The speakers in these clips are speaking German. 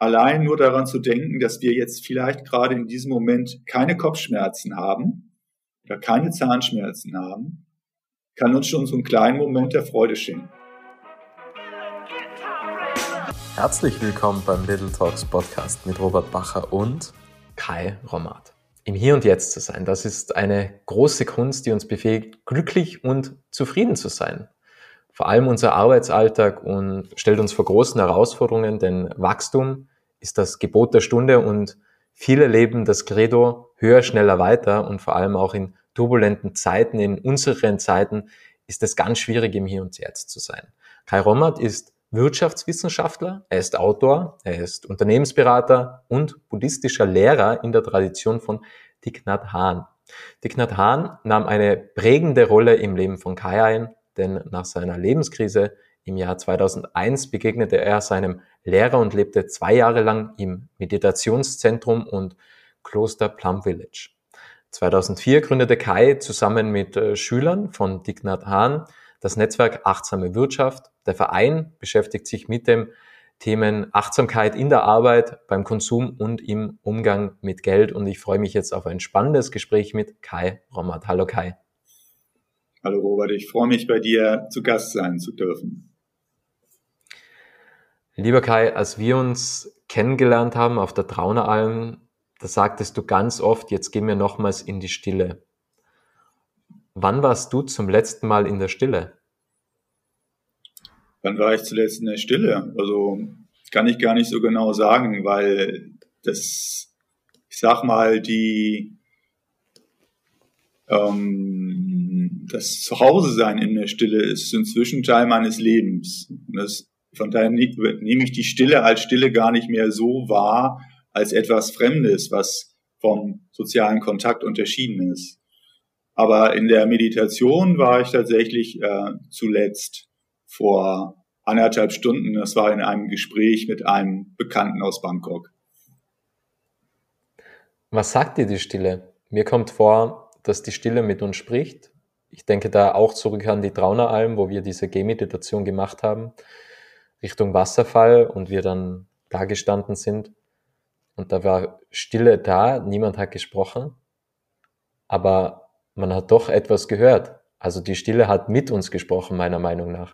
allein nur daran zu denken, dass wir jetzt vielleicht gerade in diesem Moment keine Kopfschmerzen haben oder keine Zahnschmerzen haben, kann uns schon so einen kleinen Moment der Freude schenken. Herzlich willkommen beim Little Talks Podcast mit Robert Bacher und Kai Romart. Im Hier und Jetzt zu sein, das ist eine große Kunst, die uns befähigt, glücklich und zufrieden zu sein. Vor allem unser Arbeitsalltag und stellt uns vor großen Herausforderungen, denn Wachstum ist das Gebot der Stunde und viele leben das Credo höher, schneller, weiter und vor allem auch in turbulenten Zeiten, in unsicheren Zeiten ist es ganz schwierig, im Hier und Jetzt zu sein. Kai Romart ist Wirtschaftswissenschaftler, er ist Autor, er ist Unternehmensberater und buddhistischer Lehrer in der Tradition von Thich Nhat Hanh. Thich Nhat Hanh nahm eine prägende Rolle im Leben von Kai ein, denn nach seiner Lebenskrise im Jahr 2001 begegnete er seinem Lehrer und lebte 2 Jahre lang im Meditationszentrum und Kloster Plum Village. 2004 gründete Kai zusammen mit Schülern von Thich Nhat Hanh das Netzwerk Achtsame Wirtschaft. Der Verein beschäftigt sich mit den Themen Achtsamkeit in der Arbeit, beim Konsum und im Umgang mit Geld. Und ich freue mich jetzt auf ein spannendes Gespräch mit Kai Romart. Hallo Kai. Hallo Robert, ich freue mich, bei dir zu Gast sein zu dürfen. Lieber Kai, als wir uns kennengelernt haben auf der Trauneralm, da sagtest du ganz oft, jetzt gehen wir nochmals in die Stille. Wann warst du zum letzten Mal in der Stille? Wann war ich zuletzt in der Stille? Also kann ich gar nicht so genau sagen, weil das, ich sag mal, das Zuhause-Sein in der Stille ist inzwischen Teil meines Lebens. Von daher nehme ich die Stille als Stille gar nicht mehr so wahr, als etwas Fremdes, was vom sozialen Kontakt unterschieden ist. Aber in der Meditation war ich tatsächlich zuletzt vor 1,5 Stunden. Das war in einem Gespräch mit einem Bekannten aus Bangkok. Was sagt dir die Stille? Mir kommt vor, dass die Stille mit uns spricht. Ich denke da auch zurück an die Trauneralm, wo wir diese Gehmeditation gemacht haben, Richtung Wasserfall und wir dann da gestanden sind. Und da war Stille da, niemand hat gesprochen, aber man hat doch etwas gehört. Also die Stille hat mit uns gesprochen, meiner Meinung nach.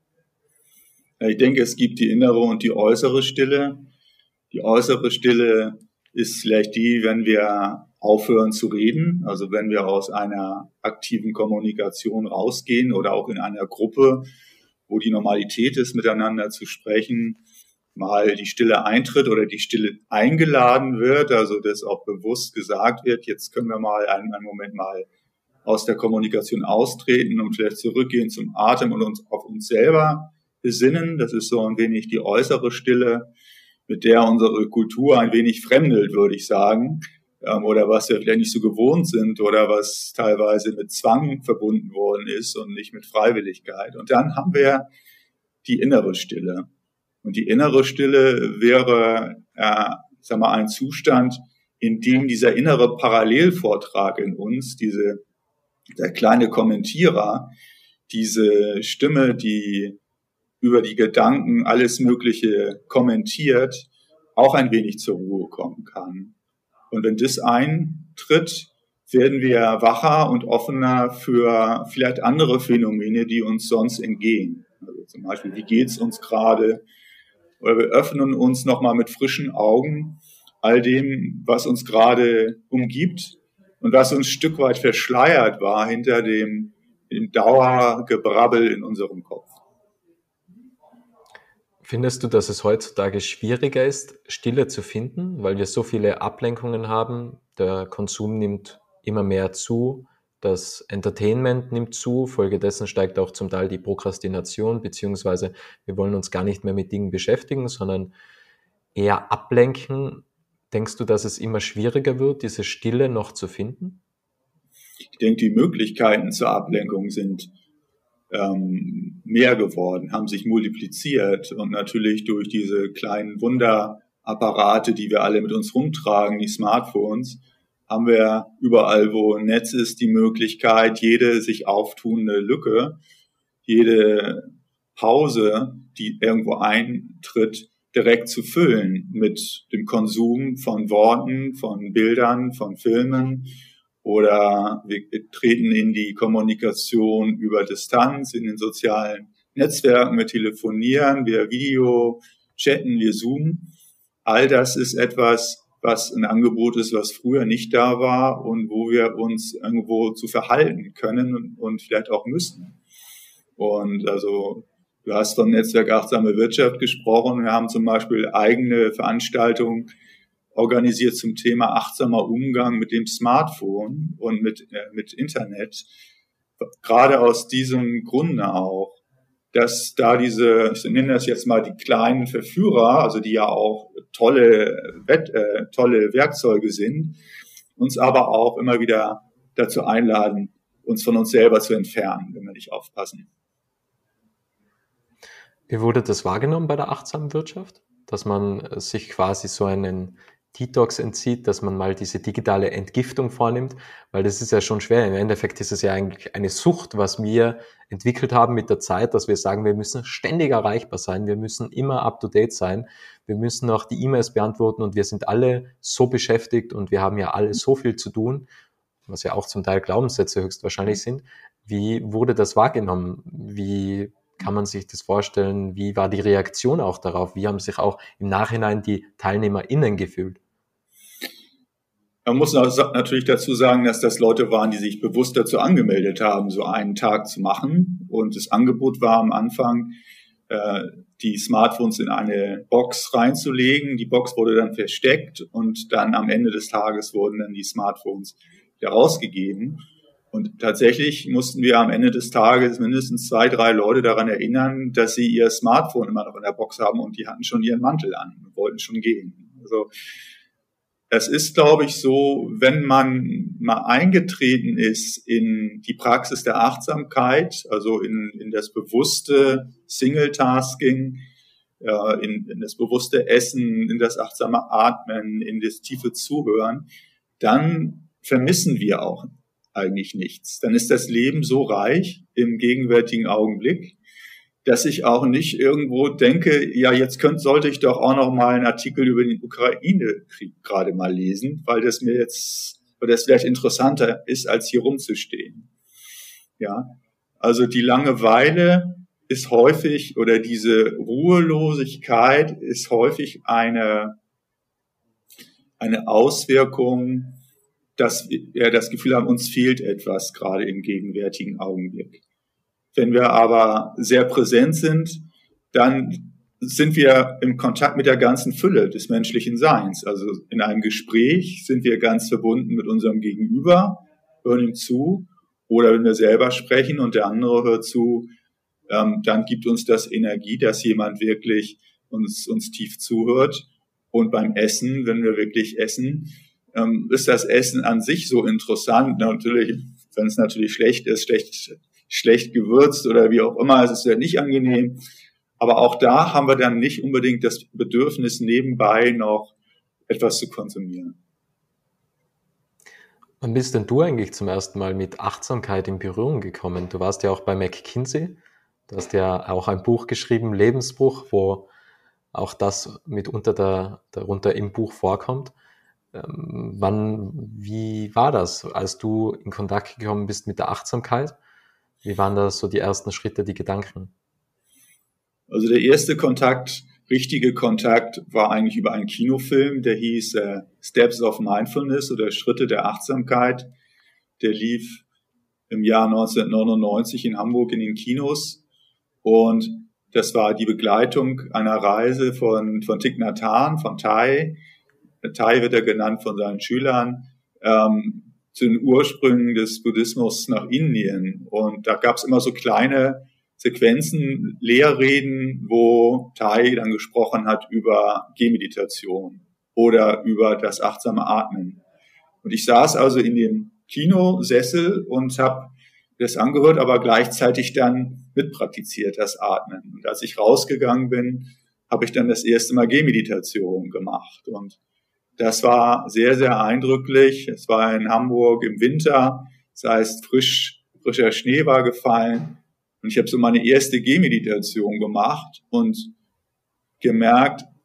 Ich denke, es gibt die innere und die äußere Stille. Die äußere Stille ist vielleicht die, wenn wir aufhören zu reden, also wenn wir aus einer aktiven Kommunikation rausgehen oder auch in einer Gruppe, wo die Normalität ist, miteinander zu sprechen, mal die Stille eintritt oder die Stille eingeladen wird, also dass auch bewusst gesagt wird, jetzt können wir mal einen Moment mal aus der Kommunikation austreten und vielleicht zurückgehen zum Atem und uns auf uns selber besinnen. Das ist so ein wenig die äußere Stille, mit der unsere Kultur ein wenig fremdelt, würde ich sagen, oder was wir vielleicht nicht so gewohnt sind oder was teilweise mit Zwang verbunden worden ist und nicht mit Freiwilligkeit. Und dann haben wir die innere Stille. Und die innere Stille wäre, ein Zustand, in dem dieser innere Parallelvortrag in uns, der kleine Kommentierer, diese Stimme, die über die Gedanken alles Mögliche kommentiert, auch ein wenig zur Ruhe kommen kann. Und wenn das eintritt, werden wir wacher und offener für vielleicht andere Phänomene, die uns sonst entgehen. Also zum Beispiel, wie geht's uns gerade? Oder wir öffnen uns nochmal mit frischen Augen all dem, was uns gerade umgibt und was uns ein Stück weit verschleiert war hinter dem Dauergebrabbel in unserem Kopf. Findest du, dass es heutzutage schwieriger ist, Stille zu finden, weil wir so viele Ablenkungen haben? Der Konsum nimmt immer mehr zu, das Entertainment nimmt zu, folgedessen steigt auch zum Teil die Prokrastination, beziehungsweise wir wollen uns gar nicht mehr mit Dingen beschäftigen, sondern eher ablenken. Denkst du, dass es immer schwieriger wird, diese Stille noch zu finden? Ich denke, die Möglichkeiten zur Ablenkung sind mehr geworden, haben sich multipliziert und natürlich durch diese kleinen Wunderapparate, die wir alle mit uns rumtragen, die Smartphones, haben wir überall, wo ein Netz ist, die Möglichkeit, jede sich auftunende Lücke, jede Pause, die irgendwo eintritt, direkt zu füllen mit dem Konsum von Worten, von Bildern, von Filmen, oder wir treten in die Kommunikation über Distanz, in den sozialen Netzwerken, wir telefonieren, wir Video, chatten, wir zoomen. All das ist etwas, was ein Angebot ist, was früher nicht da war und wo wir uns irgendwo zu verhalten können und vielleicht auch müssen. Und also du hast vom Netzwerk Achtsame Wirtschaft gesprochen. Wir haben zum Beispiel eigene Veranstaltungen organisiert zum Thema achtsamer Umgang mit dem Smartphone und mit Internet. Gerade aus diesem Grunde auch, dass da diese, ich nenne das jetzt mal die kleinen Verführer, also die ja auch tolle Werkzeuge sind, uns aber auch immer wieder dazu einladen, uns von uns selber zu entfernen, wenn wir nicht aufpassen. Wie wurde das wahrgenommen bei der achtsamen Wirtschaft? Dass man sich quasi so einen Detox entzieht, dass man mal diese digitale Entgiftung vornimmt, weil das ist ja schon schwer. Im Endeffekt ist es ja eigentlich eine Sucht, was wir entwickelt haben mit der Zeit, dass wir sagen, wir müssen ständig erreichbar sein, wir müssen immer up-to-date sein, wir müssen auch die E-Mails beantworten und wir sind alle so beschäftigt und wir haben ja alle so viel zu tun, was ja auch zum Teil Glaubenssätze höchstwahrscheinlich sind. Wie wurde das wahrgenommen? Wie kann man sich das vorstellen? Wie war die Reaktion auch darauf? Wie haben sich auch im Nachhinein die TeilnehmerInnen gefühlt? Man muss natürlich dazu sagen, dass das Leute waren, die sich bewusst dazu angemeldet haben, so einen Tag zu machen. Und das Angebot war am Anfang, die Smartphones in eine Box reinzulegen. Die Box wurde dann versteckt und dann am Ende des Tages wurden dann die Smartphones wieder rausgegeben. Und tatsächlich mussten wir am Ende des Tages mindestens 2, 3 Leute daran erinnern, dass sie ihr Smartphone immer noch in der Box haben und die hatten schon ihren Mantel an und wollten schon gehen. Also es ist, glaube ich, so, wenn man mal eingetreten ist in die Praxis der Achtsamkeit, also in das bewusste Single-Tasking, in das bewusste Essen, in das achtsame Atmen, in das tiefe Zuhören, dann vermissen wir auch eigentlich nichts. Dann ist das Leben so reich im gegenwärtigen Augenblick, dass ich auch nicht irgendwo denke, ja, jetzt sollte ich doch auch noch mal einen Artikel über den Ukraine-Krieg gerade mal lesen, weil das vielleicht interessanter ist, als hier rumzustehen. Ja, also die Langeweile ist häufig, oder diese Ruhelosigkeit ist häufig eine Auswirkung, dass wir das Gefühl haben, uns fehlt etwas gerade im gegenwärtigen Augenblick. Wenn wir aber sehr präsent sind, dann sind wir im Kontakt mit der ganzen Fülle des menschlichen Seins. Also in einem Gespräch sind wir ganz verbunden mit unserem Gegenüber, hören ihm zu, oder wenn wir selber sprechen und der andere hört zu, dann gibt uns das Energie, dass jemand wirklich uns tief zuhört. Und beim Essen, wenn wir wirklich essen, ist das Essen an sich so interessant. Natürlich, wenn es natürlich schlecht ist, schlecht gewürzt oder wie auch immer, es ist ja nicht angenehm. Aber auch da haben wir dann nicht unbedingt das Bedürfnis, nebenbei noch etwas zu konsumieren. Wann bist denn du eigentlich zum ersten Mal mit Achtsamkeit in Berührung gekommen? Du warst ja auch bei McKinsey. Du hast ja auch ein Buch geschrieben, Lebensbruch, wo auch das mitunter darunter im Buch vorkommt. Wie war das, als du in Kontakt gekommen bist mit der Achtsamkeit? Wie waren da so die ersten Schritte, die Gedanken? Also der erste richtige Kontakt war eigentlich über einen Kinofilm, der hieß Steps of Mindfulness oder Schritte der Achtsamkeit. Der lief im Jahr 1999 in Hamburg in den Kinos und das war die Begleitung einer Reise von Thich Nhat Hanh, von Thai. Thai wird er genannt von seinen Schülern, zu den Ursprüngen des Buddhismus nach Indien. Und da gab es immer so kleine Sequenzen, Lehrreden, wo Thai dann gesprochen hat über Gehmeditation oder über das achtsame Atmen. Und ich saß also in dem Kinosessel und habe das angehört, aber gleichzeitig dann mitpraktiziert, das Atmen. Und als ich rausgegangen bin, habe ich dann das erste Mal Gehmeditation gemacht. Und das war sehr, sehr eindrücklich. Es war in Hamburg im Winter, das heißt frischer Schnee war gefallen. Und ich habe so meine erste Gehmeditation gemacht und gemerkt,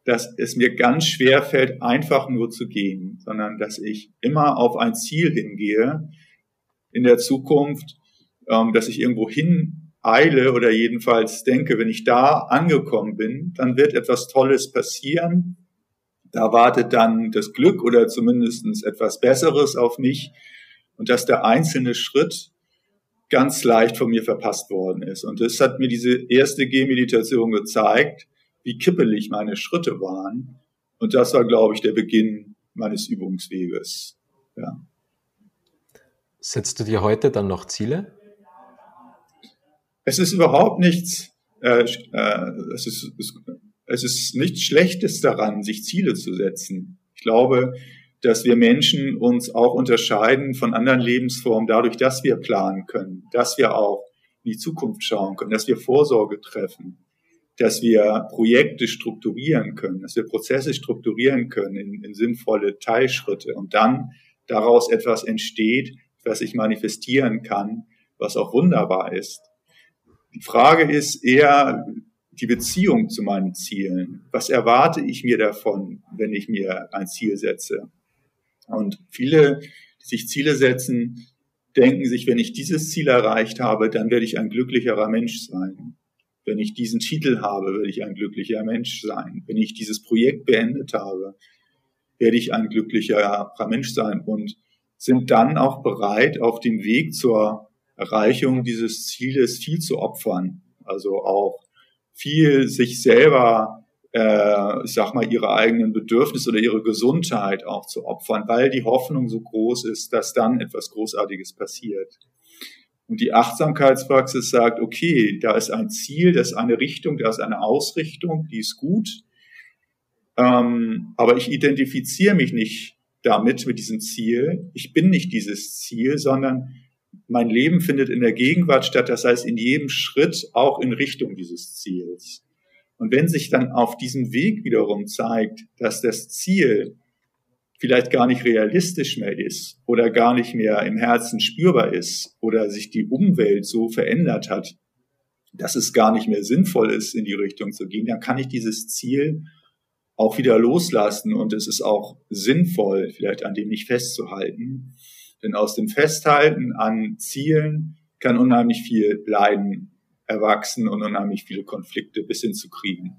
dass es mir ganz schwer fällt, einfach nur zu gehen, sondern dass ich immer auf ein Ziel hingehe in der Zukunft, dass ich irgendwo hin eile oder jedenfalls denke, wenn ich da angekommen bin, dann wird etwas Tolles passieren. Da wartet dann das Glück oder zumindest etwas Besseres auf mich und dass der einzelne Schritt ganz leicht von mir verpasst worden ist. Und das hat mir diese erste Gehmeditation gezeigt, wie kippelig meine Schritte waren. Und das war, glaube ich, der Beginn meines Übungsweges. Ja. Setzt du dir heute dann noch Ziele? Es ist überhaupt nichts, es ist nichts Schlechtes daran, sich Ziele zu setzen. Ich glaube, dass wir Menschen uns auch unterscheiden von anderen Lebensformen dadurch, dass wir planen können, dass wir auch in die Zukunft schauen können, dass wir Vorsorge treffen, dass wir Projekte strukturieren können, dass wir Prozesse strukturieren können in sinnvolle Teilschritte und dann daraus etwas entsteht, was ich manifestieren kann, was auch wunderbar ist. Die Frage ist eher die Beziehung zu meinen Zielen. Was erwarte ich mir davon, wenn ich mir ein Ziel setze? Und viele, die sich Ziele setzen, denken sich, wenn ich dieses Ziel erreicht habe, dann werde ich ein glücklicherer Mensch sein. Wenn ich diesen Titel habe, werde ich ein glücklicher Mensch sein. Wenn ich dieses Projekt beendet habe, werde ich ein glücklicherer Mensch sein und sind dann auch bereit, auf dem Weg zur Erreichung dieses Zieles viel zu opfern. Also auch viel sich selber, ihre eigenen Bedürfnisse oder ihre Gesundheit auch zu opfern, weil die Hoffnung so groß ist, dass dann etwas Großartiges passiert. Und die Achtsamkeitspraxis sagt, okay, da ist ein Ziel, da ist eine Richtung, da ist eine Ausrichtung, die ist gut, aber ich identifiziere mich nicht damit, mit diesem Ziel. Ich bin nicht dieses Ziel, sondern mein Leben findet in der Gegenwart statt, das heißt in jedem Schritt auch in Richtung dieses Ziels. Und wenn sich dann auf diesem Weg wiederum zeigt, dass das Ziel vielleicht gar nicht realistisch mehr ist oder gar nicht mehr im Herzen spürbar ist oder sich die Umwelt so verändert hat, dass es gar nicht mehr sinnvoll ist, in die Richtung zu gehen, dann kann ich dieses Ziel auch wieder loslassen und es ist auch sinnvoll, vielleicht an dem nicht festzuhalten. Denn aus dem Festhalten an Zielen kann unheimlich viel Leiden erwachsen und unheimlich viele Konflikte bis hin zu Kriegen.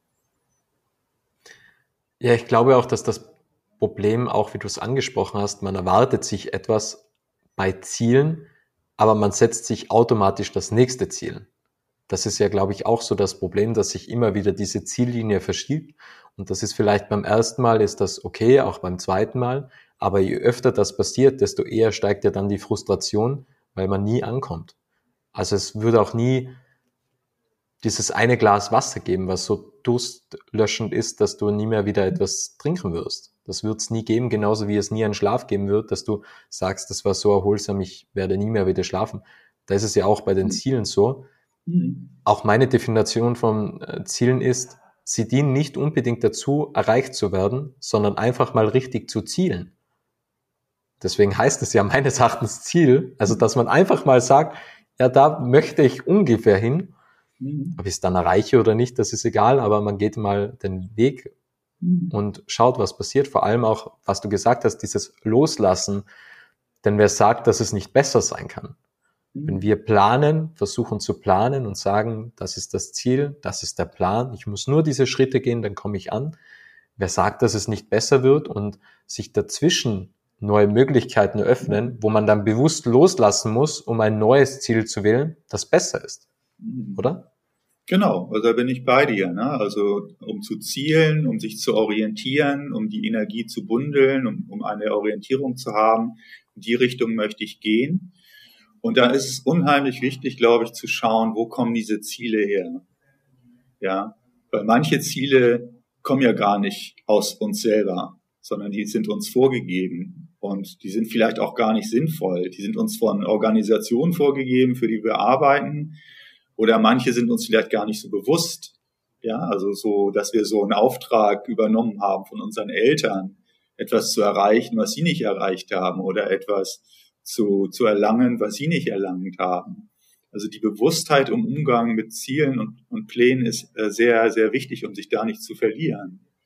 Ja, ich glaube auch, dass das Problem, auch wie du es angesprochen hast, man erwartet sich etwas bei Zielen, aber man setzt sich automatisch das nächste Ziel. Das ist ja, glaube ich, auch so das Problem, dass sich immer wieder diese Ziellinie verschiebt. Und das ist vielleicht beim ersten Mal ist das okay, auch beim zweiten Mal. Aber je öfter das passiert, desto eher steigt ja dann die Frustration, weil man nie ankommt. Also es würde auch nie dieses eine Glas Wasser geben, was so durstlöschend ist, dass du nie mehr wieder etwas trinken wirst. Das wird es nie geben, genauso wie es nie einen Schlaf geben wird, dass du sagst, das war so erholsam, ich werde nie mehr wieder schlafen. Da ist es ja auch bei den Zielen so. Auch meine Definition von Zielen ist, sie dienen nicht unbedingt dazu, erreicht zu werden, sondern einfach mal richtig zu zielen. Deswegen heißt es ja meines Erachtens Ziel, also dass man einfach mal sagt, ja, da möchte ich ungefähr hin. Ob ich es dann erreiche oder nicht, das ist egal, aber man geht mal den Weg und schaut, was passiert. Vor allem auch, was du gesagt hast, dieses Loslassen. Denn wer sagt, dass es nicht besser sein kann? Wenn wir planen, versuchen zu planen und sagen, das ist das Ziel, das ist der Plan, ich muss nur diese Schritte gehen, dann komme ich an. Wer sagt, dass es nicht besser wird und sich dazwischen neue Möglichkeiten eröffnen, wo man dann bewusst loslassen muss, um ein neues Ziel zu wählen, das besser ist, oder? Genau, also da bin ich bei dir, ne? Also um zu zielen, um sich zu orientieren, um die Energie zu bundeln, um eine Orientierung zu haben, in die Richtung möchte ich gehen. Und da ist es unheimlich wichtig, glaube ich, zu schauen, wo kommen diese Ziele her? Ja, weil manche Ziele kommen ja gar nicht aus uns selber, sondern die sind uns vorgegeben und die sind vielleicht auch gar nicht sinnvoll. Die sind uns von Organisationen vorgegeben, für die wir arbeiten, oder manche sind uns vielleicht gar nicht so bewusst. Ja, also so, dass wir so einen Auftrag übernommen haben von unseren Eltern, etwas zu erreichen, was sie nicht erreicht haben, oder etwas zu erlangen, was sie nicht erlangt haben. Also die Bewusstheit im Umgang mit Zielen und Plänen ist sehr, sehr wichtig, um sich da nicht zu verlieren.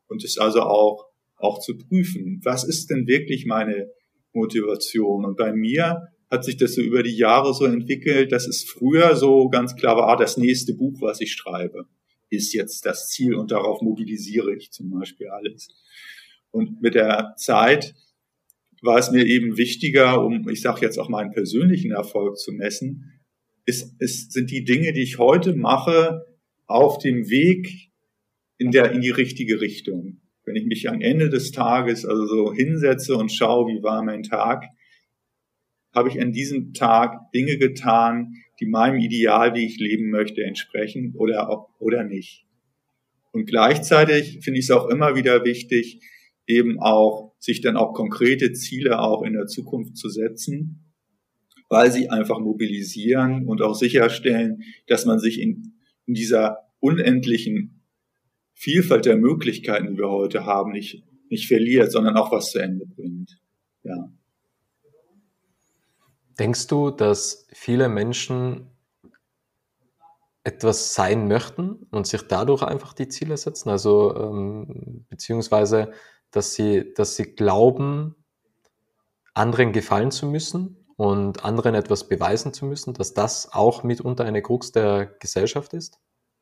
und es also auch zu prüfen, was ist denn wirklich meine Motivation? Und bei mir hat sich das so über die Jahre so entwickelt, dass es früher so ganz klar war, das nächste Buch, was ich schreibe, ist jetzt das Ziel und darauf mobilisiere ich zum Beispiel alles. Und mit der Zeit war es mir eben wichtiger, ich sage jetzt auch meinen persönlichen Erfolg zu messen, sind die Dinge, die ich heute mache, auf dem Weg in die richtige Richtung. Wenn ich mich am Ende des Tages also so hinsetze und schaue, wie war mein Tag, habe ich an diesem Tag Dinge getan, die meinem Ideal, wie ich leben möchte, entsprechen oder nicht. Und gleichzeitig finde ich es auch immer wieder wichtig, eben auch sich dann auch konkrete Ziele auch in der Zukunft zu setzen, weil sie einfach mobilisieren und auch sicherstellen, dass man sich in dieser unendlichen Vielfalt der Möglichkeiten, die wir heute haben, nicht verliert, sondern auch was zu Ende bringt. Ja. Denkst du, dass viele Menschen etwas sein möchten und sich dadurch einfach die Ziele setzen? Also beziehungsweise, dass sie glauben, anderen gefallen zu müssen und anderen etwas beweisen zu müssen, dass das auch mitunter eine Krux der Gesellschaft ist?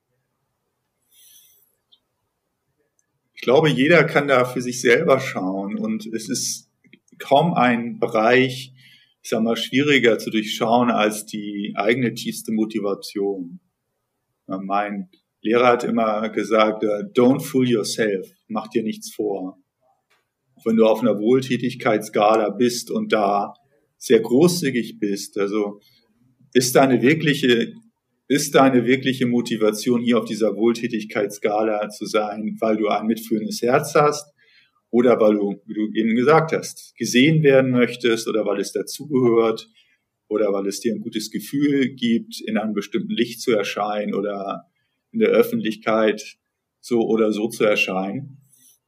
Ich glaube, jeder kann da für sich selber schauen und es ist kaum ein Bereich, ich sag mal, schwieriger zu durchschauen als die eigene tiefste Motivation. Mein Lehrer hat immer gesagt, don't fool yourself, mach dir nichts vor. Auch wenn du auf einer Wohltätigkeitsskala bist und da sehr großzügig bist, also ist deine wirkliche Motivation, hier auf dieser Wohltätigkeitsskala zu sein, weil du ein mitfühlendes Herz hast oder weil du, wie du eben gesagt hast, gesehen werden möchtest oder weil es dazugehört oder weil es dir ein gutes Gefühl gibt, in einem bestimmten Licht zu erscheinen oder in der Öffentlichkeit so oder so zu erscheinen.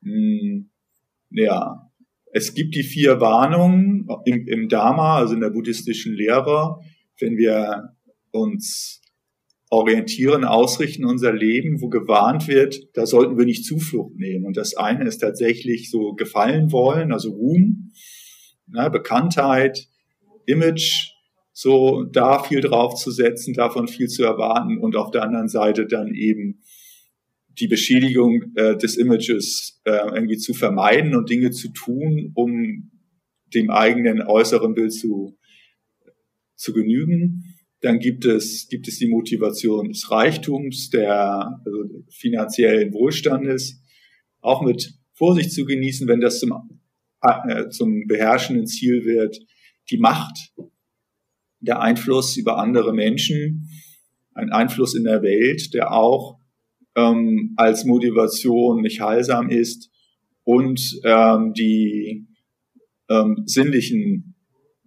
Ja, es gibt die 4 Warnungen im Dharma, also in der buddhistischen Lehre, wenn wir uns orientieren, ausrichten unser Leben, wo gewarnt wird, da sollten wir nicht Zuflucht nehmen. Und das eine ist tatsächlich so gefallen wollen, also Ruhm, Bekanntheit, Image, so da viel drauf zu setzen, davon viel zu erwarten und auf der anderen Seite dann eben die Beschädigung des Images irgendwie zu vermeiden und Dinge zu tun, um dem eigenen äußeren Bild zu genügen. Dann gibt es die Motivation des Reichtums, also finanziellen Wohlstandes, auch mit Vorsicht zu genießen, wenn das zum beherrschenden Ziel wird. Die Macht, der Einfluss über andere Menschen, ein Einfluss in der Welt, der auch als Motivation nicht heilsam ist und die sinnlichen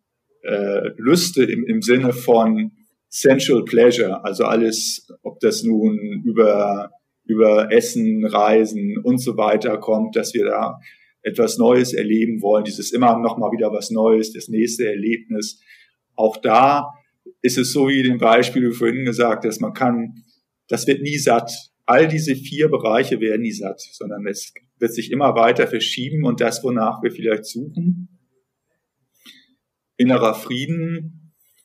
Lüste im Sinne von sensual pleasure, also alles, ob das nun über Essen, Reisen und so weiter kommt, dass wir da etwas Neues erleben wollen, dieses immer noch mal wieder was Neues, das nächste Erlebnis. Auch da ist es so wie in dem Beispiel, wie du vorhin gesagt hast, das wird nie satt. All diese 4 Bereiche werden nie satt, sondern es wird sich immer weiter verschieben und das, wonach wir vielleicht suchen, innerer Frieden,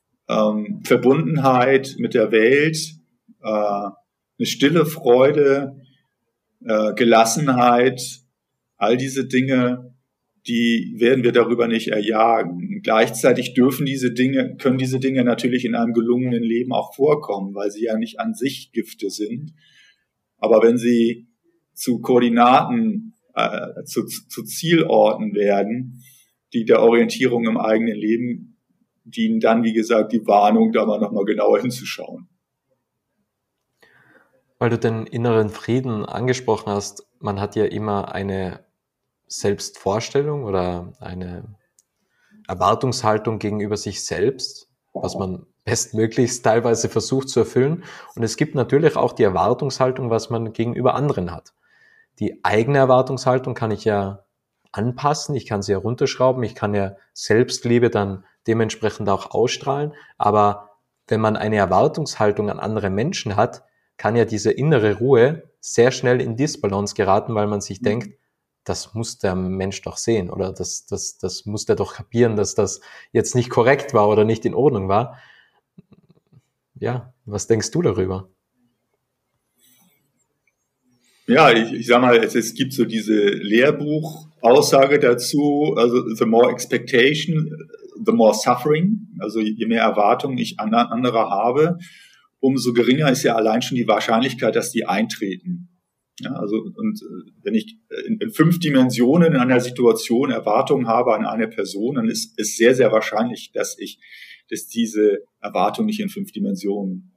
Verbundenheit mit der Welt, eine stille Freude, Gelassenheit, all diese Dinge, die werden wir darüber nicht erjagen. Gleichzeitig können diese Dinge natürlich in einem gelungenen Leben auch vorkommen, weil sie ja nicht an sich Gifte sind. Aber wenn sie zu Koordinaten, zu Zielorten werden, die der Orientierung im eigenen Leben dienen, dann, wie gesagt, die Warnung, da mal nochmal genauer hinzuschauen. Weil du den inneren Frieden angesprochen hast, man hat ja immer eine Selbstvorstellung oder eine Erwartungshaltung gegenüber sich selbst, was man bestmöglichst teilweise versucht zu erfüllen. Und es gibt natürlich auch die Erwartungshaltung, was man gegenüber anderen hat. Die eigene Erwartungshaltung kann ich ja anpassen, ich kann sie ja runterschrauben, ich kann ja Selbstliebe dann dementsprechend auch ausstrahlen. Aber wenn man eine Erwartungshaltung an andere Menschen hat, kann ja diese innere Ruhe sehr schnell in Disbalance geraten, weil man sich denkt, das muss der Mensch doch sehen oder das muss der doch kapieren, dass das jetzt nicht korrekt war oder nicht in Ordnung war. Ja, was denkst du darüber? Ja, ich sag mal, es gibt so diese Lehrbuchaussage dazu, also the more expectation, the more suffering, also je mehr Erwartungen ich an andere habe, umso geringer ist ja allein schon die Wahrscheinlichkeit, dass die eintreten. Ja, also und wenn ich in 5 Dimensionen in einer Situation Erwartungen habe an eine Person, dann ist es sehr, sehr wahrscheinlich, dass diese Erwartung nicht in 5 Dimensionen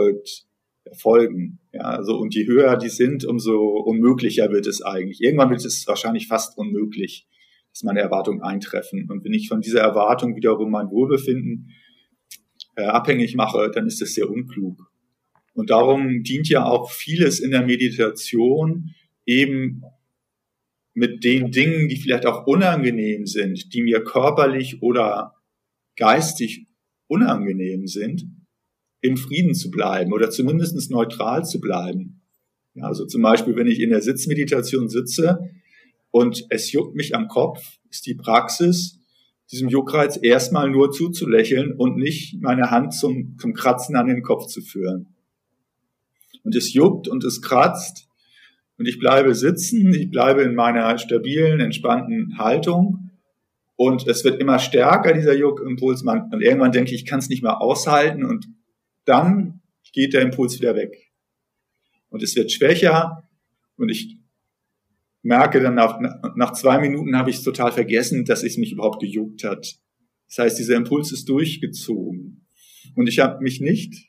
erfolgen. Ja, also und je höher die sind, umso unmöglicher wird es eigentlich. Irgendwann wird es wahrscheinlich fast unmöglich, dass meine Erwartungen eintreffen. Und wenn ich von dieser Erwartung wiederum mein Wohlbefinden abhängig mache, dann ist das sehr unklug. Und darum dient ja auch vieles in der Meditation eben mit den Dingen, die vielleicht auch unangenehm sind, die mir körperlich oder geistig unangenehm sind, in Frieden zu bleiben oder zumindest neutral zu bleiben. Ja, also zum Beispiel, wenn ich in der Sitzmeditation sitze und es juckt mich am Kopf, ist die Praxis, diesem Juckreiz erstmal nur zuzulächeln und nicht meine Hand zum Kratzen an den Kopf zu führen. Und es juckt und es kratzt und ich bleibe sitzen, ich bleibe in meiner stabilen, entspannten Haltung und es wird immer stärker, dieser Juckimpuls, und irgendwann denke ich kann es nicht mehr aushalten und dann geht der Impuls wieder weg. Und es wird schwächer und ich merke dann nach 2 Minuten habe ich es total vergessen, dass es mich überhaupt gejuckt hat. Das heißt, dieser Impuls ist durchgezogen. Und ich habe mich nicht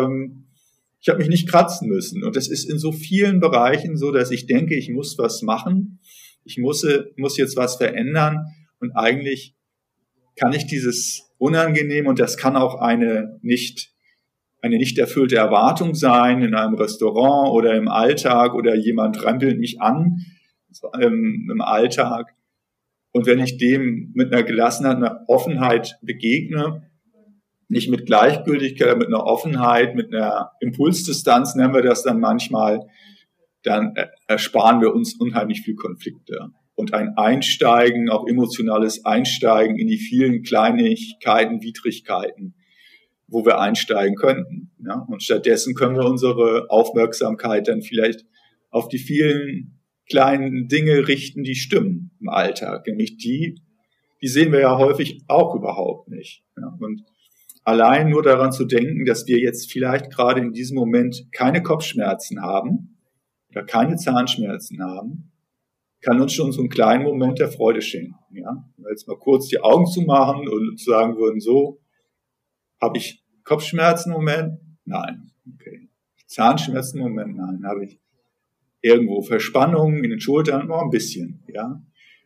kratzen müssen. Und das ist in so vielen Bereichen so, dass ich denke, ich muss was machen. Ich muss jetzt was verändern. Und eigentlich kann ich dieses Unangenehm, und das kann auch eine nicht erfüllte Erwartung sein in einem Restaurant oder im Alltag oder jemand rempelt mich an im Alltag. Und wenn ich dem mit einer Gelassenheit, einer Offenheit begegne, nicht mit Gleichgültigkeit, aber mit einer Offenheit, mit einer Impulsdistanz nennen wir das dann manchmal, dann ersparen wir uns unheimlich viel Konflikte. Und ein Einsteigen, auch emotionales Einsteigen in die vielen Kleinigkeiten, Widrigkeiten, wo wir einsteigen könnten. Ja? Und stattdessen können wir unsere Aufmerksamkeit dann vielleicht auf die vielen kleinen Dinge richten, die stimmen im Alltag. Nämlich die sehen wir ja häufig auch überhaupt nicht. Ja? Und allein nur daran zu denken, dass wir jetzt vielleicht gerade in diesem Moment keine Kopfschmerzen haben oder keine Zahnschmerzen haben, kann uns schon so einen kleinen Moment der Freude schenken. Ja? Wenn wir jetzt mal kurz die Augen zumachen und sagen würden, so, habe ich Kopfschmerzen im Moment? Nein. Okay. Zahnschmerzen im Moment? Nein. Habe ich irgendwo Verspannungen in den Schultern? Nur ein bisschen. Ja.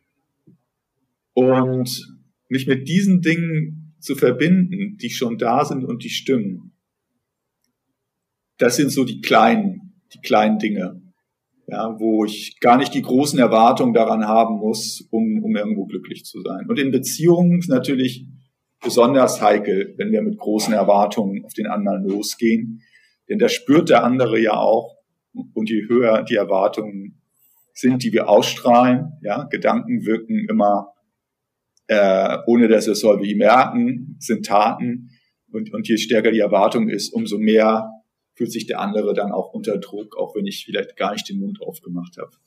Und mich mit diesen Dingen zu verbinden, die schon da sind und die stimmen, das sind so die kleinen Dinge, ja, wo ich gar nicht die großen Erwartungen daran haben muss, um irgendwo glücklich zu sein. Und in Beziehungen ist natürlich besonders heikel, wenn wir mit großen Erwartungen auf den anderen losgehen, denn das spürt der andere ja auch. Und je höher die Erwartungen sind, die wir ausstrahlen, ja, Gedanken wirken immer, ohne dass wir es häufig merken, sind Taten. Und je stärker die Erwartung ist, umso mehr fühlt sich der andere dann auch unter Druck, auch wenn ich vielleicht gar nicht den Mund aufgemacht habe.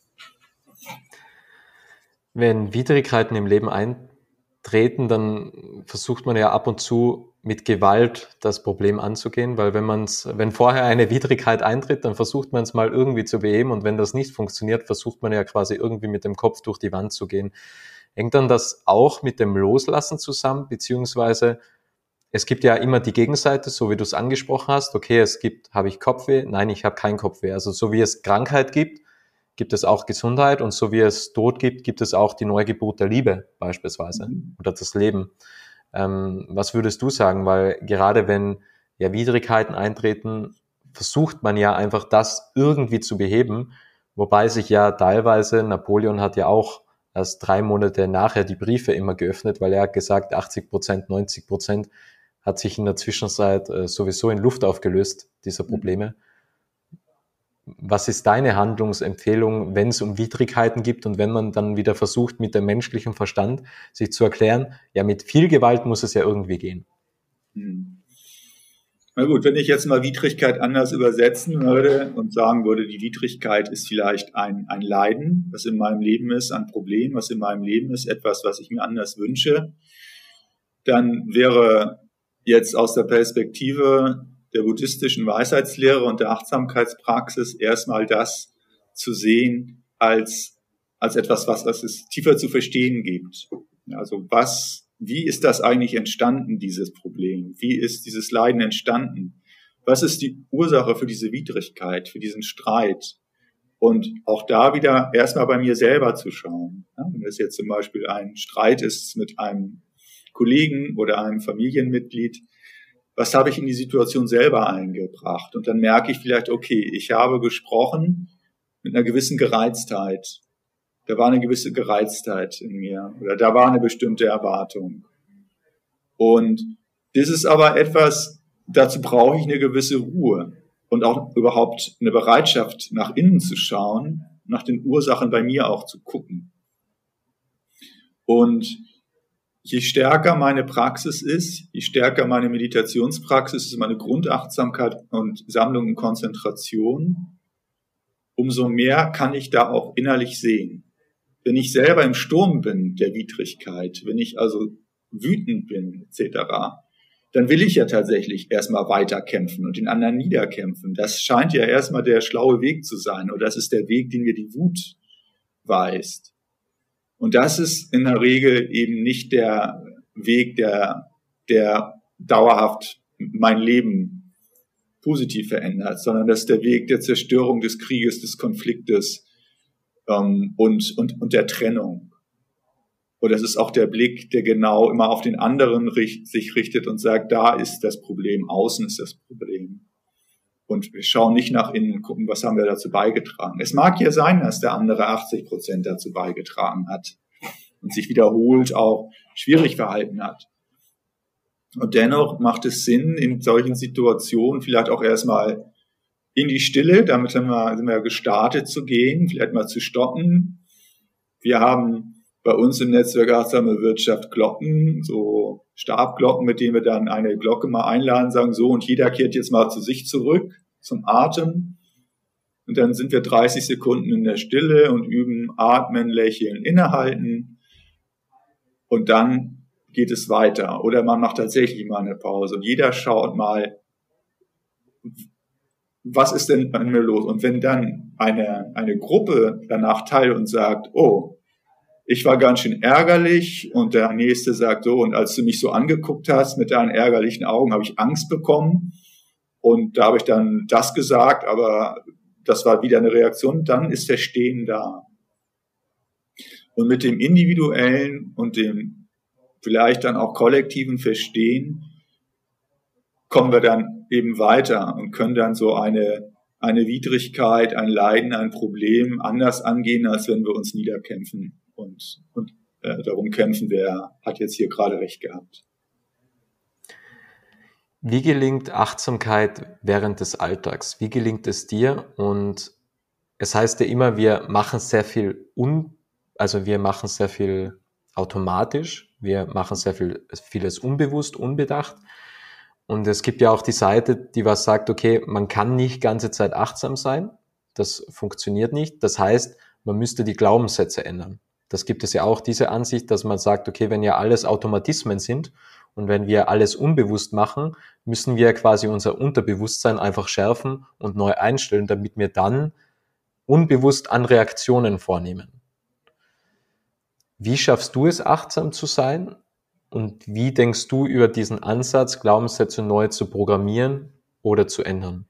Wenn Widrigkeiten im Leben eintreten, dann versucht man ja ab und zu mit Gewalt das Problem anzugehen, weil wenn vorher eine Widrigkeit eintritt, dann versucht man es mal irgendwie zu beheben und wenn das nicht funktioniert, versucht man ja quasi irgendwie mit dem Kopf durch die Wand zu gehen. Hängt dann das auch mit dem Loslassen zusammen, beziehungsweise es gibt ja immer die Gegenseite, so wie du es angesprochen hast. Okay, habe ich Kopfweh? Nein, ich habe keinen Kopfweh. Also so wie es Krankheit gibt, gibt es auch Gesundheit und so wie es Tod gibt, gibt es auch die Neugeburt der Liebe beispielsweise oder das Leben. Was würdest du sagen? Weil gerade wenn ja Widrigkeiten eintreten, versucht man ja einfach das irgendwie zu beheben, wobei sich ja teilweise, Napoleon hat ja auch erst 3 Monate nachher die Briefe immer geöffnet, weil er hat gesagt, 80%, 90% hat sich in der Zwischenzeit sowieso in Luft aufgelöst, dieser Probleme. Was ist deine Handlungsempfehlung, wenn es um Widrigkeiten gibt und wenn man dann wieder versucht, mit dem menschlichen Verstand sich zu erklären, ja, mit viel Gewalt muss es ja irgendwie gehen? Na gut, wenn ich jetzt mal Widrigkeit anders übersetzen würde und sagen würde, die Widrigkeit ist vielleicht ein Leiden, was in meinem Leben ist, ein Problem, was in meinem Leben ist, etwas, was ich mir anders wünsche, dann wäre jetzt aus der Perspektive der buddhistischen Weisheitslehre und der Achtsamkeitspraxis erstmal das zu sehen als etwas, was es tiefer zu verstehen gibt. Also wie ist das eigentlich entstanden, dieses Problem? Wie ist dieses Leiden entstanden? Was ist die Ursache für diese Widrigkeit, für diesen Streit? Und auch da wieder erstmal bei mir selber zu schauen. Ja, wenn es jetzt zum Beispiel ein Streit ist mit einem Kollegen oder einem Familienmitglied, was habe ich in die Situation selber eingebracht? Und dann merke ich vielleicht, okay, ich habe gesprochen mit einer gewissen Gereiztheit. Da war eine gewisse Gereiztheit in mir oder da war eine bestimmte Erwartung. Und das ist aber etwas, dazu brauche ich eine gewisse Ruhe und auch überhaupt eine Bereitschaft, nach innen zu schauen, nach den Ursachen bei mir auch zu gucken. Und je stärker meine Praxis ist, je stärker meine Meditationspraxis ist, meine Grundachtsamkeit und Sammlung und Konzentration, umso mehr kann ich da auch innerlich sehen. Wenn ich selber im Sturm bin der Widrigkeit, wenn ich also wütend bin etc., dann will ich ja tatsächlich erstmal weiterkämpfen und den anderen niederkämpfen. Das scheint ja erstmal der schlaue Weg zu sein oder das ist der Weg, den mir die Wut weist. Und das ist in der Regel eben nicht der Weg, der dauerhaft mein Leben positiv verändert, sondern das ist der Weg der Zerstörung, des Krieges, des Konfliktes und der Trennung. Und das ist auch der Blick, der genau immer auf den anderen sich richtet und sagt, da ist das Problem, außen ist das Problem. Und wir schauen nicht nach innen und gucken, was haben wir dazu beigetragen. Es mag ja sein, dass der andere 80% dazu beigetragen hat und sich wiederholt auch schwierig verhalten hat. Und dennoch macht es Sinn, in solchen Situationen vielleicht auch erstmal in die Stille, damit sind wir gestartet zu gehen, vielleicht mal zu stoppen. Wir haben bei uns im Netzwerk Achtsame Wirtschaft Glocken, so Stabglocken, mit denen wir dann eine Glocke mal einladen, sagen so, und jeder kehrt jetzt mal zu sich zurück, zum Atem. Und dann sind wir 30 Sekunden in der Stille und üben Atmen, Lächeln, Innehalten. Und dann geht es weiter. Oder man macht tatsächlich mal eine Pause und jeder schaut mal, was ist denn bei mir los? Und wenn dann eine Gruppe danach teilt und sagt, oh, ich war ganz schön ärgerlich, und der Nächste sagt so, und als du mich so angeguckt hast mit deinen ärgerlichen Augen, habe ich Angst bekommen und da habe ich dann das gesagt, aber das war wieder eine Reaktion, dann ist Verstehen da. Und mit dem individuellen und dem vielleicht dann auch kollektiven Verstehen kommen wir dann eben weiter und können dann so eine Widrigkeit, ein Leiden, ein Problem anders angehen, als wenn wir uns niederkämpfen und darum kämpfen, wer hat jetzt hier gerade recht gehabt. Wie gelingt Achtsamkeit während des Alltags? Wie gelingt es dir? Und es heißt ja immer, wir machen sehr viel automatisch, wir machen vieles unbewusst, unbedacht. Und es gibt ja auch die Seite, die was sagt, okay, man kann nicht ganze Zeit achtsam sein. Das funktioniert nicht. Das heißt, man müsste die Glaubenssätze ändern. Das gibt es ja auch, diese Ansicht, dass man sagt, okay, wenn ja alles Automatismen sind und wenn wir alles unbewusst machen, müssen wir quasi unser Unterbewusstsein einfach schärfen und neu einstellen, damit wir dann unbewusst an Reaktionen vornehmen. Wie schaffst du es, achtsam zu sein? Und wie denkst du über diesen Ansatz, Glaubenssätze neu zu programmieren oder zu ändern?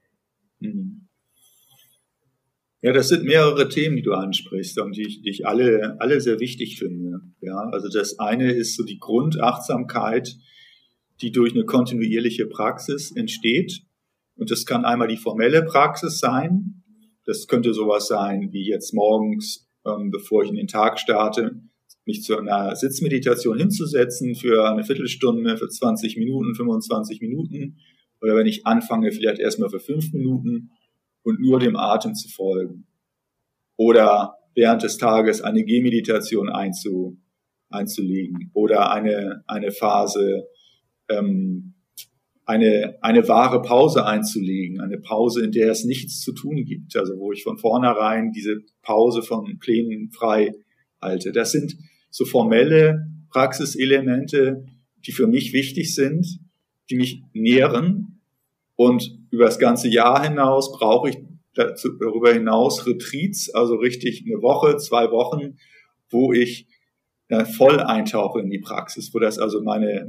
Ja, das sind mehrere Themen, die du ansprichst und die ich alle sehr wichtig finde. Ja, also das eine ist so die Grundachtsamkeit, die durch eine kontinuierliche Praxis entsteht. Und das kann einmal die formelle Praxis sein. Das könnte sowas sein wie jetzt morgens, bevor ich in den Tag starte, mich zu einer Sitzmeditation hinzusetzen für eine Viertelstunde, für 20 Minuten, 25 Minuten. Oder wenn ich anfange, vielleicht erstmal für 5 Minuten. und nur dem Atem zu folgen. Oder während des Tages eine Gehmeditation einzulegen oder eine Phase, eine wahre Pause einzulegen, eine Pause, in der es nichts zu tun gibt, also wo ich von vornherein diese Pause von Plänen frei halte. Das sind so formelle Praxiselemente, die für mich wichtig sind, die mich nähren, und über das ganze Jahr hinaus brauche ich darüber hinaus Retreats, also richtig eine Woche, 2 Wochen, wo ich voll eintauche in die Praxis, wo das also mein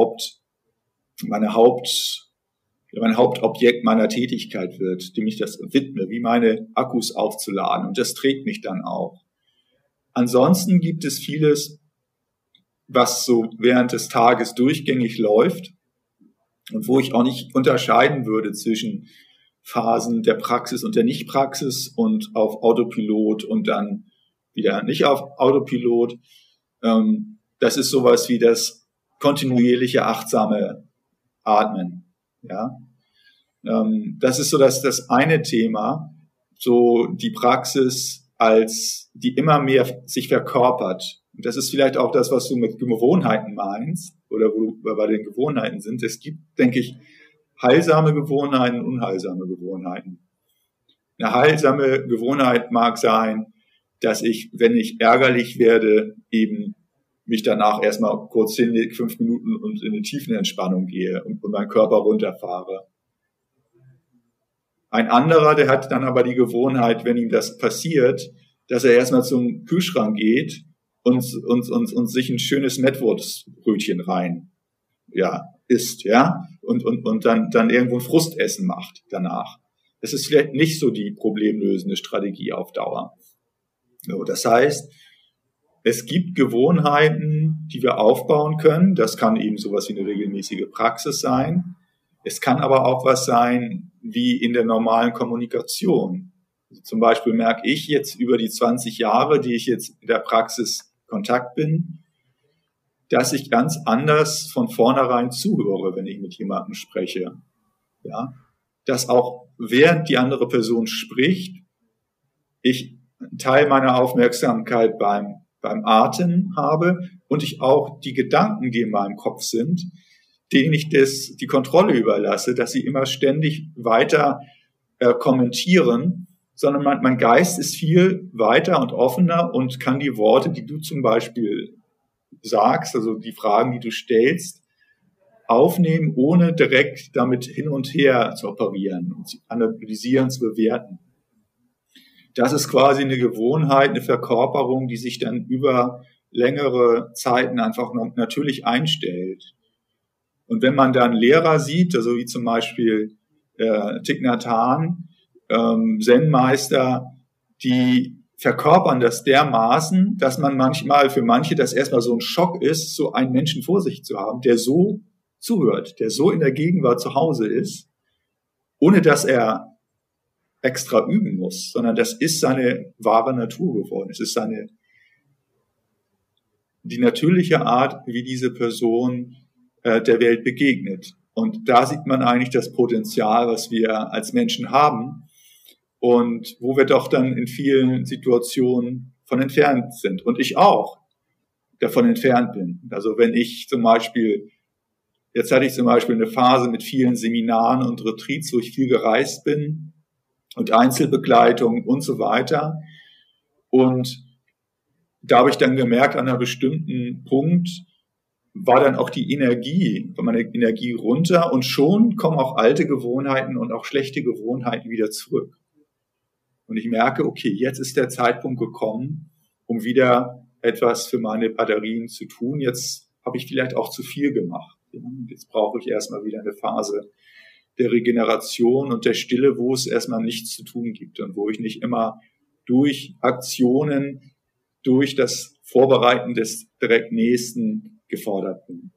Hauptobjekt meiner Tätigkeit wird, dem ich das widme, wie meine Akkus aufzuladen, und das trägt mich dann auch. Ansonsten gibt es vieles, was so während des Tages durchgängig läuft und wo ich auch nicht unterscheiden würde zwischen Phasen der Praxis und der Nichtpraxis und auf Autopilot und dann wieder nicht auf Autopilot. Das ist sowas wie das kontinuierliche, achtsame Atmen. Ja, das ist so das eine Thema, so die Praxis die immer mehr sich verkörpert. Und das ist vielleicht auch das, was du mit Gewohnheiten meinst oder wo wir bei den Gewohnheiten sind. Es gibt, denke ich, heilsame Gewohnheiten, unheilsame Gewohnheiten. Eine heilsame Gewohnheit mag sein, dass ich, wenn ich ärgerlich werde, eben mich danach erstmal kurz hinlege, 5 Minuten und in eine Tiefenentspannung gehe und meinen Körper runterfahre. Ein anderer, der hat dann aber die Gewohnheit, wenn ihm das passiert, dass er erstmal zum Kühlschrank geht und sich ein schönes Mettwurstbrötchen rein, isst, und dann irgendwo ein Frustessen macht danach. Das ist vielleicht nicht so die problemlösende Strategie auf Dauer. So, das heißt, es gibt Gewohnheiten, die wir aufbauen können. Das kann eben sowas wie eine regelmäßige Praxis sein. Es kann aber auch was sein wie in der normalen Kommunikation. Also zum Beispiel merke ich jetzt über die 20 Jahre, die ich jetzt in der Praxis Kontakt bin, dass ich ganz anders von vornherein zuhöre, wenn ich mit jemandem spreche. Ja, dass auch während die andere Person spricht, ich einen Teil meiner Aufmerksamkeit beim Atem habe und ich auch die Gedanken, die in meinem Kopf sind, denen ich die Kontrolle überlasse, dass sie immer ständig weiter kommentieren, sondern mein Geist ist viel weiter und offener und kann die Worte, die du zum Beispiel sagst, also die Fragen, die du stellst, aufnehmen, ohne direkt damit hin und her zu operieren und zu analysieren, zu bewerten. Das ist quasi eine Gewohnheit, eine Verkörperung, die sich dann über längere Zeiten einfach natürlich einstellt. Und wenn man dann Lehrer sieht, also wie zum Beispiel Thich Nhat Hanh, Zen-Meister, die verkörpern das dermaßen, dass man manchmal für manche das erstmal so ein Schock ist, so einen Menschen vor sich zu haben, der so zuhört, der so in der Gegenwart zu Hause ist, ohne dass er extra üben muss, sondern das ist seine wahre Natur geworden. Es ist die natürliche Art, wie diese Person der Welt begegnet. Und da sieht man eigentlich das Potenzial, was wir als Menschen haben und wo wir doch dann in vielen Situationen von entfernt sind. Und ich auch davon entfernt bin. Also wenn ich jetzt hatte ich zum Beispiel eine Phase mit vielen Seminaren und Retreats, wo ich viel gereist bin und Einzelbegleitung und so weiter. Und da habe ich dann gemerkt, an einem bestimmten Punkt war dann auch meine Energie runter und schon kommen auch alte Gewohnheiten und auch schlechte Gewohnheiten wieder zurück. Und ich merke, okay, jetzt ist der Zeitpunkt gekommen, um wieder etwas für meine Batterien zu tun. Jetzt habe ich vielleicht auch zu viel gemacht. Jetzt brauche ich erstmal wieder eine Phase der Regeneration und der Stille, wo es erstmal nichts zu tun gibt und wo ich nicht immer durch Aktionen, durch das Vorbereiten des direkt Nächsten gefordert bin.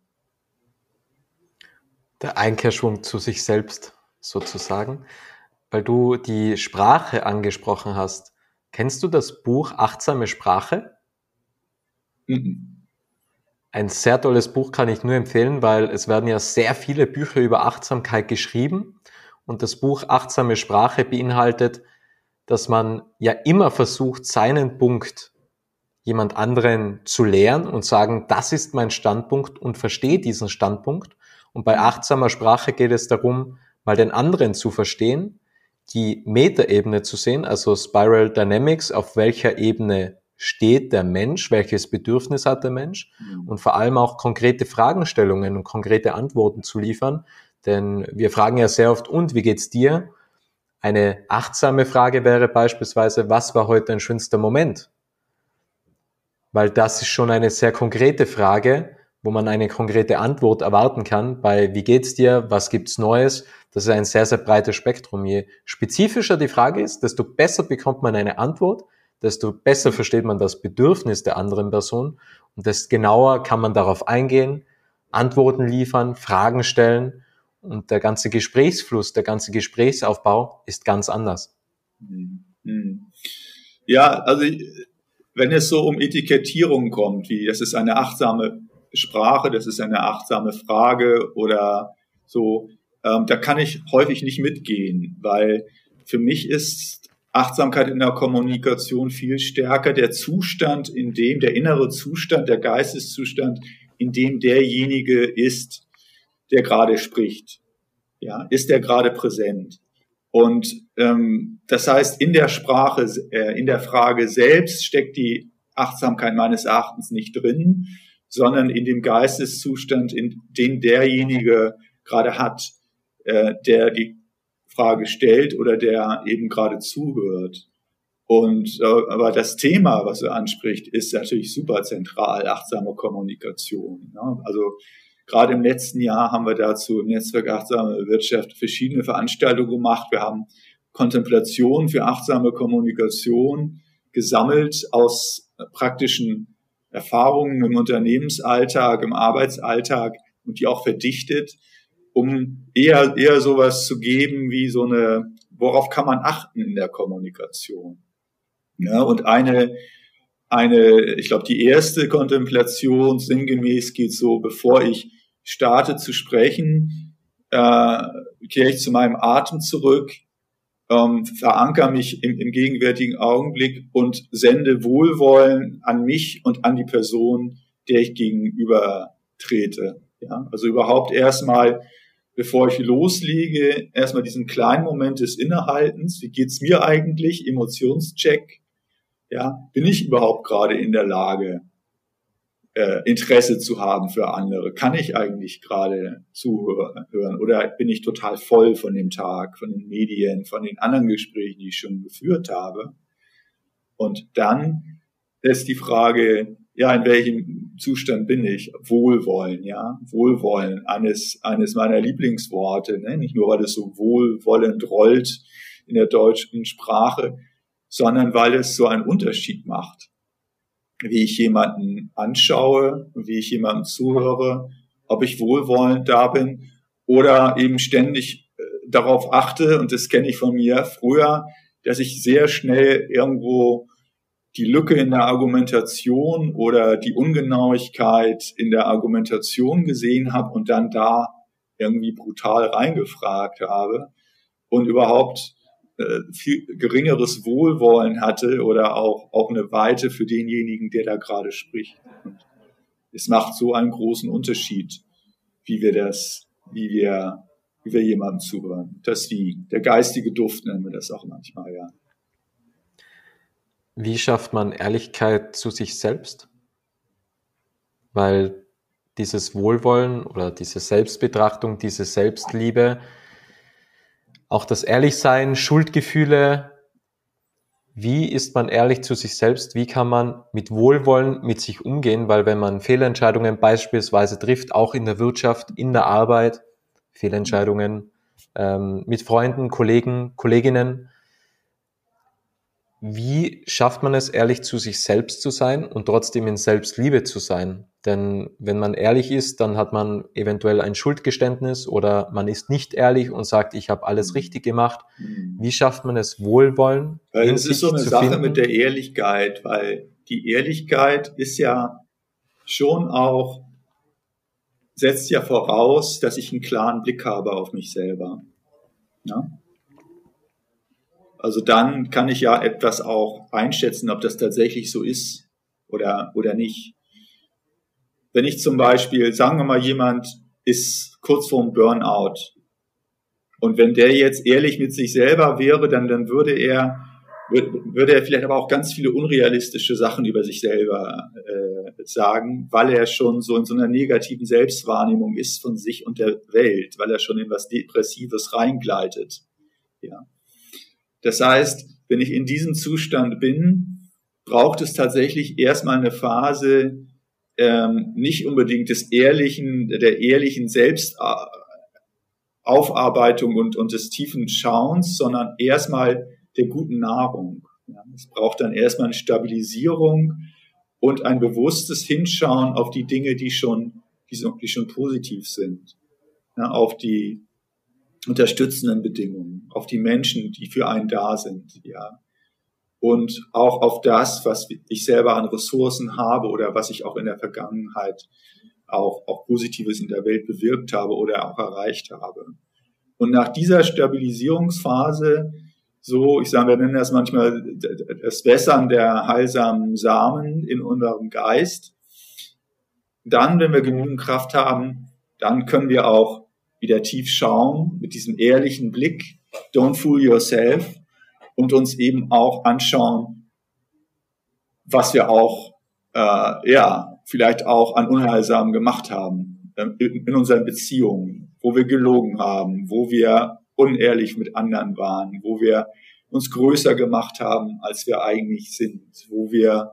Der Einkehrschwung zu sich selbst sozusagen, weil du die Sprache angesprochen hast. Kennst du das Buch Achtsame Sprache? Mhm. Ein sehr tolles Buch, kann ich nur empfehlen, weil es werden ja sehr viele Bücher über Achtsamkeit geschrieben Und das Buch Achtsame Sprache beinhaltet, dass man ja immer versucht, seinen Punkt jemand anderen zu lehren und sagen, das ist mein Standpunkt und verstehe diesen Standpunkt. Und bei achtsamer Sprache geht es darum, mal den anderen zu verstehen, die Metaebene zu sehen, also Spiral Dynamics, auf welcher Ebene steht der Mensch, welches Bedürfnis hat der Mensch und vor allem auch konkrete Fragestellungen und konkrete Antworten zu liefern. Denn wir fragen ja sehr oft, und wie geht's dir? Eine achtsame Frage wäre beispielsweise, was war heute dein schönster Moment? Weil das ist schon eine sehr konkrete Frage, wo man eine konkrete Antwort erwarten kann. Bei wie geht's dir, was gibt's Neues? Das ist ein sehr, sehr breites Spektrum. Je spezifischer die Frage ist, desto besser bekommt man eine Antwort, desto besser versteht man das Bedürfnis der anderen Person und desto genauer kann man darauf eingehen, Antworten liefern, Fragen stellen und der ganze Gesprächsfluss, der ganze Gesprächsaufbau ist ganz anders. Ja, also wenn es so um Etikettierung kommt, wie das ist eine achtsame Sprache, das ist eine achtsame Frage oder so, da kann ich häufig nicht mitgehen, weil für mich ist Achtsamkeit in der Kommunikation viel stärker der Zustand, in dem der innere Zustand, der Geisteszustand, in dem derjenige ist, der gerade spricht. Ja, ist der gerade präsent? Und das heißt, in der Sprache, in der Frage selbst steckt die Achtsamkeit meines Erachtens nicht drin, sondern in dem Geisteszustand, in den derjenige gerade hat, der die Frage stellt oder der eben gerade zuhört. Und aber das Thema, was er anspricht, ist natürlich super zentral, achtsame Kommunikation. Ja? Also gerade im letzten Jahr haben wir dazu im Netzwerk Achtsame Wirtschaft verschiedene Veranstaltungen gemacht. Wir haben Kontemplation für achtsame Kommunikation gesammelt aus praktischen Erfahrungen im Unternehmensalltag, im Arbeitsalltag und die auch verdichtet, um eher sowas zu geben wie so eine, worauf kann man achten in der Kommunikation. Ja, und ich glaube, die erste Kontemplation sinngemäß geht so, bevor ich starte zu sprechen, kehre ich zu meinem Atem zurück, verankere mich im gegenwärtigen Augenblick und sende Wohlwollen an mich und an die Person, der ich gegenüber trete. Ja, also überhaupt erstmal, bevor ich loslege, erstmal diesen kleinen Moment des Innehaltens. Wie geht's mir eigentlich? Emotionscheck. Ja, bin ich überhaupt gerade in der Lage, Interesse zu haben für andere? Kann ich eigentlich gerade zuhören? Oder bin ich total voll von dem Tag, von den Medien, von den anderen Gesprächen, die ich schon geführt habe? Und dann ist die Frage, ja, in welchem Zustand bin ich? Wohlwollen, ja. Wohlwollen, eines meiner Lieblingsworte, ne? Nicht nur, weil es so wohlwollend rollt in der deutschen Sprache, sondern weil es so einen Unterschied macht, wie ich jemanden anschaue, wie ich jemandem zuhöre, ob ich wohlwollend da bin oder eben ständig darauf achte, und das kenne ich von mir früher, dass ich sehr schnell irgendwo die Lücke in der Argumentation oder die Ungenauigkeit in der Argumentation gesehen habe und dann da irgendwie brutal reingefragt habe und überhaupt viel geringeres Wohlwollen hatte oder auch eine Weite für denjenigen, der da gerade spricht. Und es macht so einen großen Unterschied, wie wir jemandem zuhören. Der geistige Duft nennen wir das auch manchmal, ja. Wie schafft man Ehrlichkeit zu sich selbst? Weil dieses Wohlwollen oder diese Selbstbetrachtung, diese Selbstliebe, auch das Ehrlichsein, Schuldgefühle, wie ist man ehrlich zu sich selbst? Wie kann man mit Wohlwollen mit sich umgehen? Weil wenn man Fehlentscheidungen beispielsweise trifft, auch in der Wirtschaft, in der Arbeit, Fehlentscheidungen mit Freunden, Kollegen, Kolleginnen, wie schafft man es, ehrlich zu sich selbst zu sein und trotzdem in Selbstliebe zu sein? Denn wenn man ehrlich ist, dann hat man eventuell ein Schuldgeständnis oder man ist nicht ehrlich und sagt, ich habe alles richtig gemacht. Wie schafft man es, Wohlwollen in sich zu finden? Es ist so eine Sache mit der Ehrlichkeit, weil die Ehrlichkeit ist ja schon auch, setzt ja voraus, dass ich einen klaren Blick habe auf mich selber. Ja? Also dann kann ich ja etwas auch einschätzen, ob das tatsächlich so ist oder nicht. Wenn ich zum Beispiel, sagen wir mal, jemand ist kurz vorm Burnout und wenn der jetzt ehrlich mit sich selber wäre, dann würde er vielleicht aber auch ganz viele unrealistische Sachen über sich selber sagen, weil er schon so in so einer negativen Selbstwahrnehmung ist von sich und der Welt, weil er schon in was Depressives reingleitet. Ja. Das heißt, wenn ich in diesem Zustand bin, braucht es tatsächlich erstmal eine Phase, nicht unbedingt der ehrlichen Selbstaufarbeitung und des tiefen Schauens, sondern erstmal der guten Nahrung. Ja, es braucht dann erstmal eine Stabilisierung und ein bewusstes Hinschauen auf die Dinge, die schon positiv sind, ja, auf die unterstützenden Bedingungen, auf die Menschen, die für einen da sind, ja. Und auch auf das, was ich selber an Ressourcen habe oder was ich auch in der Vergangenheit auch Positives in der Welt bewirkt habe oder auch erreicht habe. Und nach dieser Stabilisierungsphase, so, wir nennen das manchmal das Wässern der heilsamen Samen in unserem Geist, dann, wenn wir genügend Kraft haben, dann können wir auch wieder tief schauen mit diesem ehrlichen Blick, don't fool yourself, und uns eben auch anschauen, was wir auch, vielleicht auch an Unheilsamen gemacht haben in unseren Beziehungen, wo wir gelogen haben, wo wir unehrlich mit anderen waren, wo wir uns größer gemacht haben, als wir eigentlich sind, wo wir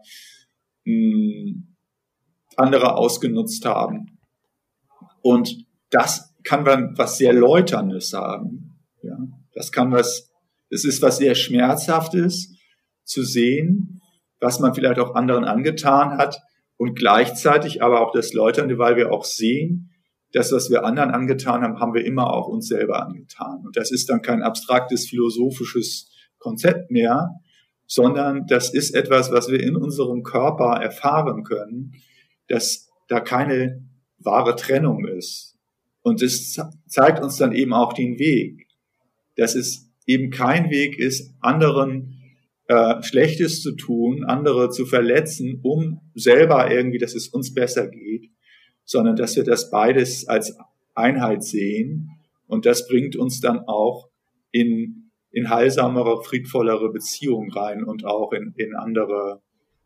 andere ausgenutzt haben. Und das kann was sehr Läuterndes haben. Ja, es ist was sehr Schmerzhaftes zu sehen, was man vielleicht auch anderen angetan hat und gleichzeitig aber auch das Läuternde, weil wir auch sehen, das, was wir anderen angetan haben, haben wir immer auch uns selber angetan. Und das ist dann kein abstraktes philosophisches Konzept mehr, sondern das ist etwas, was wir in unserem Körper erfahren können, dass da keine wahre Trennung ist. Und das zeigt uns dann eben auch den Weg, dass es eben kein Weg ist, anderen Schlechtes zu tun, andere zu verletzen, um selber irgendwie, dass es uns besser geht, sondern dass wir das beides als Einheit sehen. Und das bringt uns dann auch in heilsamere, friedvollere Beziehungen rein und auch in andere,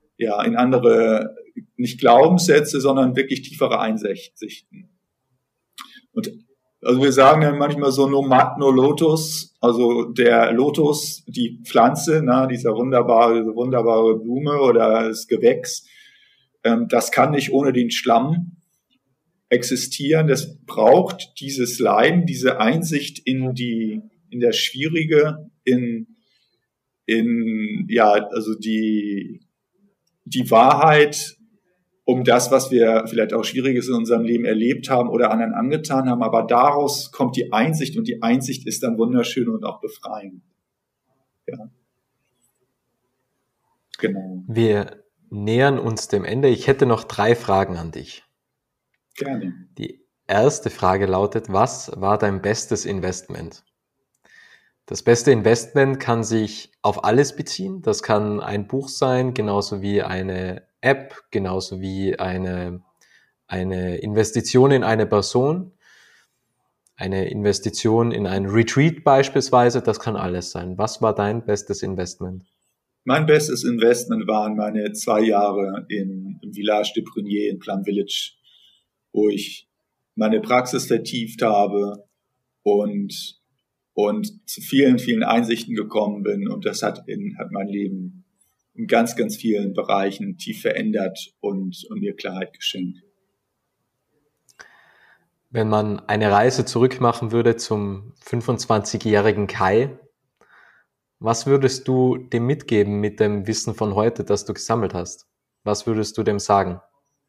nicht Glaubenssätze, sondern wirklich tiefere Einsichten. Und also wir sagen ja manchmal so no mat, no lotus, also der Lotus, die Pflanze, diese wunderbare Blume oder das Gewächs, das kann nicht ohne den Schlamm existieren. Das braucht dieses Leiden, diese Einsicht in das Schwierige, also die Wahrheit, um das, was wir vielleicht auch Schwieriges in unserem Leben erlebt haben oder anderen angetan haben, aber daraus kommt die Einsicht und die Einsicht ist dann wunderschön und auch befreiend. Ja. Genau. Wir nähern uns dem Ende. Ich hätte noch 3 Fragen an dich. Gerne. Die erste Frage lautet, was war dein bestes Investment? Das beste Investment kann sich auf alles beziehen. Das kann ein Buch sein, genauso wie eine App, genauso wie eine Investition in eine Person, eine Investition in ein Retreat beispielsweise. Das kann alles sein. Was war dein bestes Investment? Mein bestes Investment waren meine 2 Jahre im Village de Prunier in Plum Village, wo ich meine Praxis vertieft habe und zu vielen, vielen Einsichten gekommen bin. Und das hat mein Leben in ganz, ganz vielen Bereichen tief verändert und mir Klarheit geschenkt. Wenn man eine Reise zurück machen würde zum 25-jährigen Kai, was würdest du dem mitgeben mit dem Wissen von heute, das du gesammelt hast? Was würdest du dem sagen?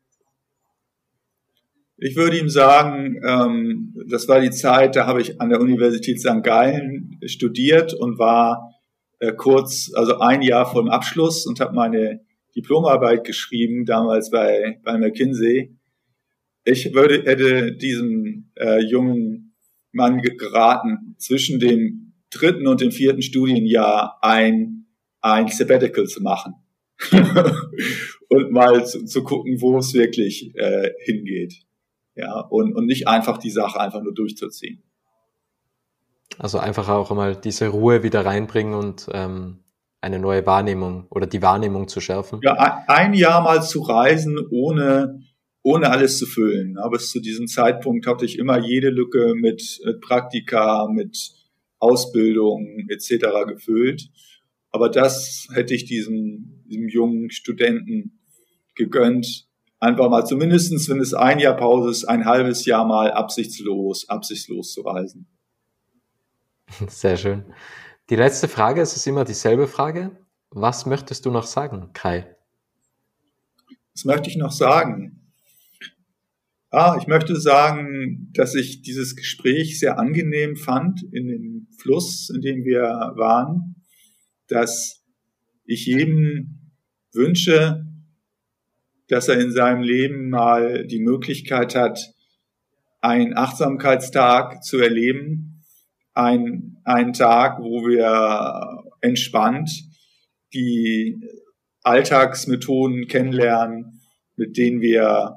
Ich würde ihm sagen, das war die Zeit, da habe ich an der Universität St. Gallen studiert und war also 1 Jahr vor dem Abschluss und habe meine Diplomarbeit geschrieben, damals bei McKinsey. Ich hätte diesem jungen Mann geraten, zwischen dem 3. und im 4. Studienjahr ein Sabbatical zu machen und mal zu gucken, wo es wirklich hingeht. Ja, und nicht einfach die Sache einfach nur durchzuziehen. Also einfach auch einmal diese Ruhe wieder reinbringen und eine neue Wahrnehmung oder die Wahrnehmung zu schärfen. Ja, ein Jahr mal zu reisen, ohne alles zu füllen. Aber bis zu diesem Zeitpunkt hatte ich immer jede Lücke mit Praktika, mit Ausbildung etc. gefüllt. Aber das hätte ich diesem jungen Studenten gegönnt. Einfach mal zumindestens, wenn es ein Jahr Pause ist, ein halbes Jahr mal absichtslos zu reisen. Sehr schön. Die letzte Frage, es ist immer dieselbe Frage. Was möchtest du noch sagen, Kai? Was möchte ich noch sagen? Ich möchte sagen, dass ich dieses Gespräch sehr angenehm fand in dem Fluss, in dem wir waren, dass ich jedem wünsche, dass er in seinem Leben mal die Möglichkeit hat, einen Achtsamkeitstag zu erleben, einen Tag, wo wir entspannt die Alltagsmethoden kennenlernen, mit denen wir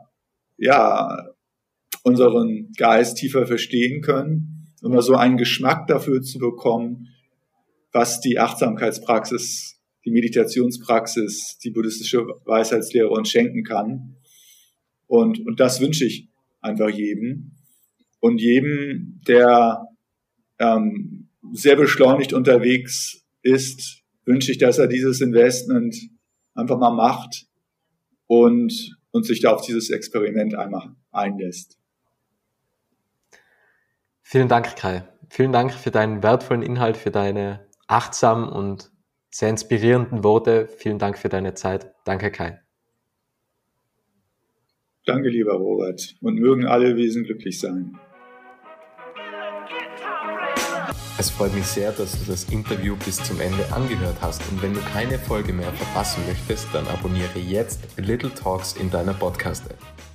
unseren Geist tiefer verstehen können, um mal so einen Geschmack dafür zu bekommen, was die Achtsamkeitspraxis, die Meditationspraxis, die buddhistische Weisheitslehre uns schenken kann. Und das wünsche ich einfach jedem. Und jedem, der sehr beschleunigt unterwegs ist, wünsche ich, dass er dieses Investment einfach mal macht und sich da auf dieses Experiment einmal einlässt. Vielen Dank, Kai. Vielen Dank für deinen wertvollen Inhalt, für deine achtsamen und sehr inspirierenden Worte. Vielen Dank für deine Zeit. Danke, Kai. Danke, lieber Robert. Und mögen alle Wesen glücklich sein. Es freut mich sehr, dass du das Interview bis zum Ende angehört hast. Und wenn du keine Folge mehr verpassen möchtest, dann abonniere jetzt Little Talks in deiner Podcast-App.